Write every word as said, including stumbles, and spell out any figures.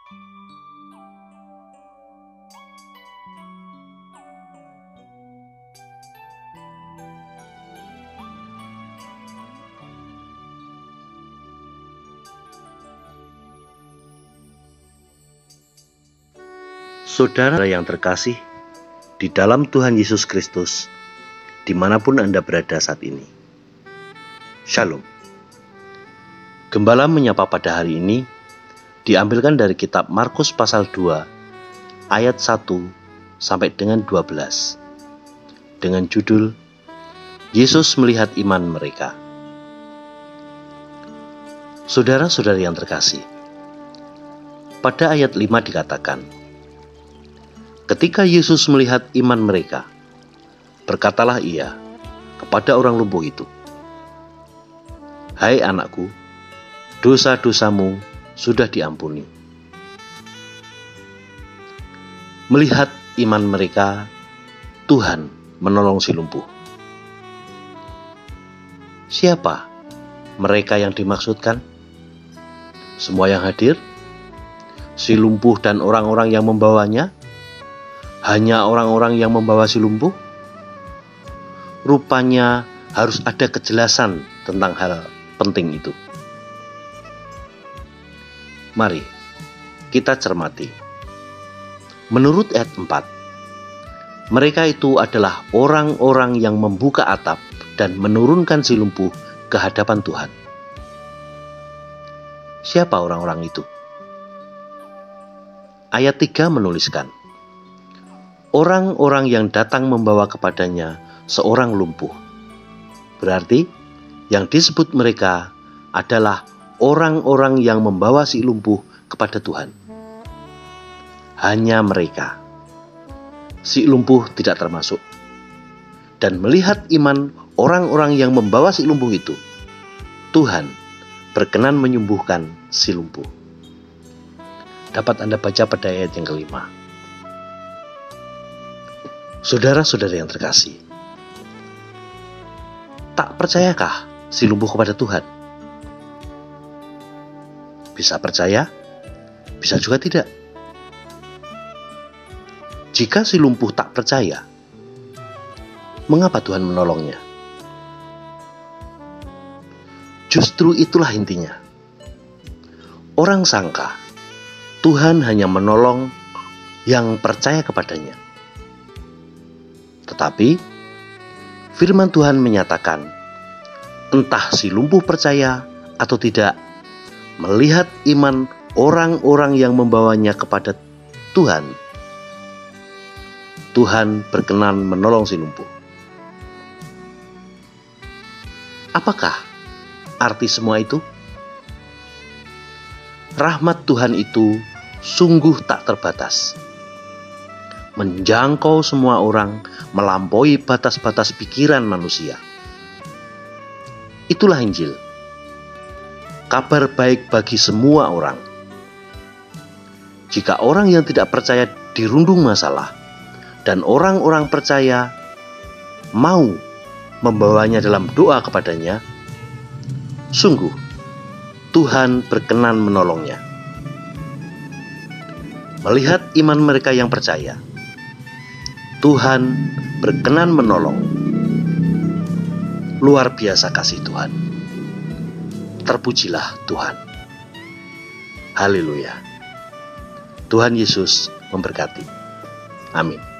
Saudara yang terkasih di dalam Tuhan Yesus Kristus, dimanapun Anda berada saat ini. Shalom. Gembala menyapa pada hari ini diambilkan dari kitab Markus pasal dua ayat satu sampai dengan dua belas dengan judul Yesus melihat iman mereka. Saudara-saudari yang terkasih, pada ayat lima dikatakan, ketika Yesus melihat iman mereka, berkatalah ia kepada orang lumpuh itu, "Hai anakku, dosa-dosamu sudah diampuni." Melihat iman mereka, Tuhan menolong si lumpuh. Siapa mereka yang dimaksudkan? Semua yang hadir? Si lumpuh dan orang-orang yang membawanya? Hanya orang-orang yang membawa si lumpuh? Rupanya harus ada kejelasan tentang hal penting itu. Mari kita cermati. Menurut ayat empat, mereka itu adalah orang-orang yang membuka atap dan menurunkan si lumpuh ke hadapan Tuhan. Siapa orang-orang itu? Ayat tiga menuliskan, orang-orang yang datang membawa kepadanya seorang lumpuh. Berarti yang disebut mereka adalah orang-orang yang membawa si lumpuh kepada Tuhan. Hanya mereka. Si lumpuh tidak termasuk. Dan melihat iman orang-orang yang membawa si lumpuh itu, Tuhan berkenan menyembuhkan si lumpuh. Dapat Anda baca pada ayat yang kelima. Saudara-saudara yang terkasih, tak percayakah si lumpuh kepada Tuhan? Bisa percaya, bisa juga tidak. Jika si lumpuh tak percaya, mengapa Tuhan menolongnya? Justru itulah intinya. Orang sangka Tuhan hanya menolong yang percaya kepadanya. Tetapi firman Tuhan menyatakan, entah si lumpuh percaya atau tidak, melihat iman orang-orang yang membawanya kepada Tuhan, Tuhan berkenan menolong si lumpuh. Apakah arti semua itu? Rahmat Tuhan itu sungguh tak terbatas, menjangkau semua orang, melampaui batas-batas pikiran manusia. Itulah Injil, kabar baik bagi semua orang. Jika orang yang tidak percaya dirundung masalah, dan orang-orang percaya mau membawanya dalam doa kepadanya, sungguh Tuhan berkenan menolongnya. Melihat iman mereka yang percaya, Tuhan berkenan menolong. Luar biasa kasih Tuhan. Terpujilah Tuhan. Haleluya. Tuhan Yesus memberkati. Amin.